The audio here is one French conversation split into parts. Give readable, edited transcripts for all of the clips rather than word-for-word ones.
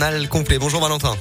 journal complet. Bonjour Valentin.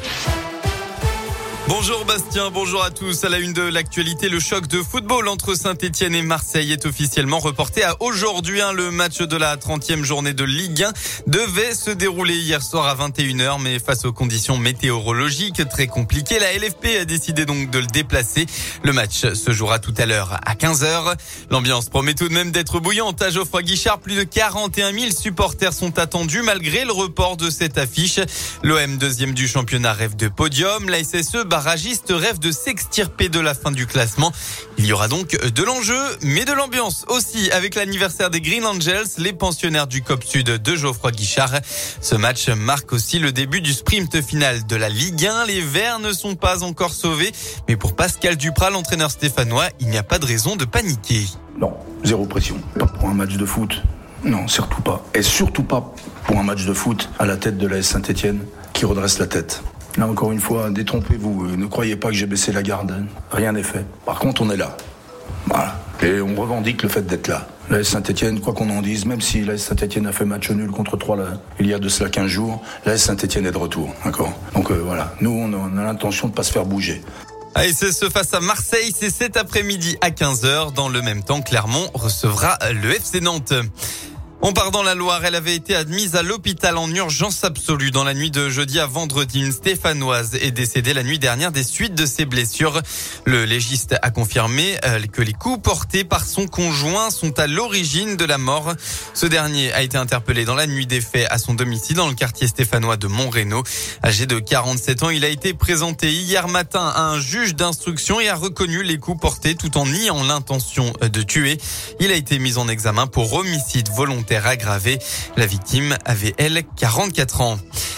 Bonjour Bastien, bonjour à tous. À la une de l'actualité, le choc de football entre Saint-Etienne et Marseille est officiellement reporté à aujourd'hui. Le match de la 30e journée de Ligue 1 devait se dérouler hier soir à 21h, mais face aux conditions météorologiques très compliquées, la LFP a décidé donc de le déplacer. Le match se jouera tout à l'heure à 15h. L'ambiance promet tout de même d'être bouillante à Geoffroy-Guichard. Plus de 41 000 supporters sont attendus malgré le report de cette affiche. L'OM, deuxième du championnat, rêve de podium. La SSE, barragiste, rêve de s'extirper de la fin du classement. Il y aura donc de l'enjeu, mais de l'ambiance aussi avec l'anniversaire des Green Angels, les pensionnaires du COP Sud de Geoffroy-Guichard. Ce match marque aussi le début du sprint final de la Ligue 1. Les Verts ne sont pas encore sauvés, mais pour Pascal Duprat, l'entraîneur stéphanois, il n'y a pas de raison de paniquer. Non, zéro pression. Pas pour un match de foot. Non, surtout pas. Et surtout pas pour un match de foot à la tête de l'AS Saint-Etienne qui redresse la tête. Là, encore une fois, détrompez-vous. Ne croyez pas que j'ai baissé la garde. Rien n'est fait. Par contre, on est là. Voilà. Et on revendique le fait d'être là. L'AS Saint-Etienne, quoi qu'on en dise, même si l'AS Saint-Etienne a fait match nul contre 3 là, il y a de cela 15 jours, l'AS Saint-Etienne est de retour. D'accord. Donc voilà. Nous, on a l'intention de ne pas se faire bouger. ASSE face à Marseille, c'est cet après-midi à 15h. Dans le même temps, Clermont recevra le FC Nantes. On part dans la Loire. Elle avait été admise à l'hôpital en urgence absolue dans la nuit de jeudi à vendredi. Une Stéphanoise est décédée la nuit dernière des suites de ses blessures. Le légiste a confirmé que les coups portés par son conjoint sont à l'origine de la mort. Ce dernier a été interpellé dans la nuit des faits à son domicile dans le quartier stéphanois de Montreno. Âgé de 47 ans, il a été présenté hier matin à un juge d'instruction et a reconnu les coups portés tout en niant l'intention de tuer. Il a été mis en examen pour homicide volontaire aggravé. La victime avait, elle, 44 ans.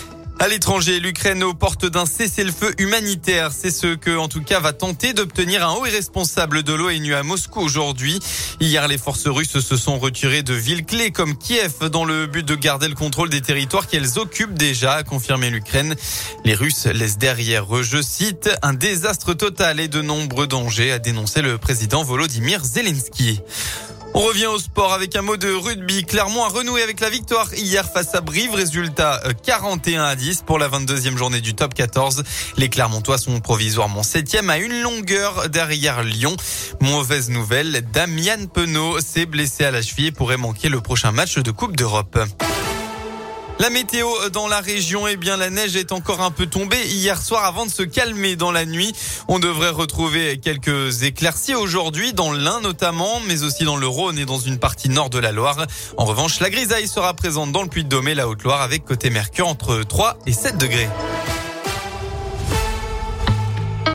À l'étranger, l'Ukraine aux portes d'un cessez-le-feu humanitaire. C'est ce que, en tout cas, va tenter d'obtenir un haut responsable de l'ONU à Moscou aujourd'hui. Hier, les forces russes se sont retirées de villes clés comme Kiev dans le but de garder le contrôle des territoires qu'elles occupent déjà, a confirmé l'Ukraine. Les Russes laissent derrière eux, je cite, un désastre total et de nombreux dangers, a dénoncé le président Volodymyr Zelensky. On revient au sport avec un mot de rugby. Clermont a renoué avec la victoire hier face à Brive. Résultat 41-10 pour la 22e journée du top 14. Les Clermontois sont provisoirement 7e à une longueur derrière Lyon. Mauvaise nouvelle, Damian Penaud s'est blessé à la cheville et pourrait manquer le prochain match de Coupe d'Europe. La météo dans la région, la neige est encore un peu tombée hier soir avant de se calmer dans la nuit. On devrait retrouver quelques éclaircies aujourd'hui dans l'Ain notamment, mais aussi dans le Rhône et dans une partie nord de la Loire. En revanche, la grisaille sera présente dans le Puy-de-Dôme et la Haute-Loire avec côté Mercure entre 3 et 7 degrés.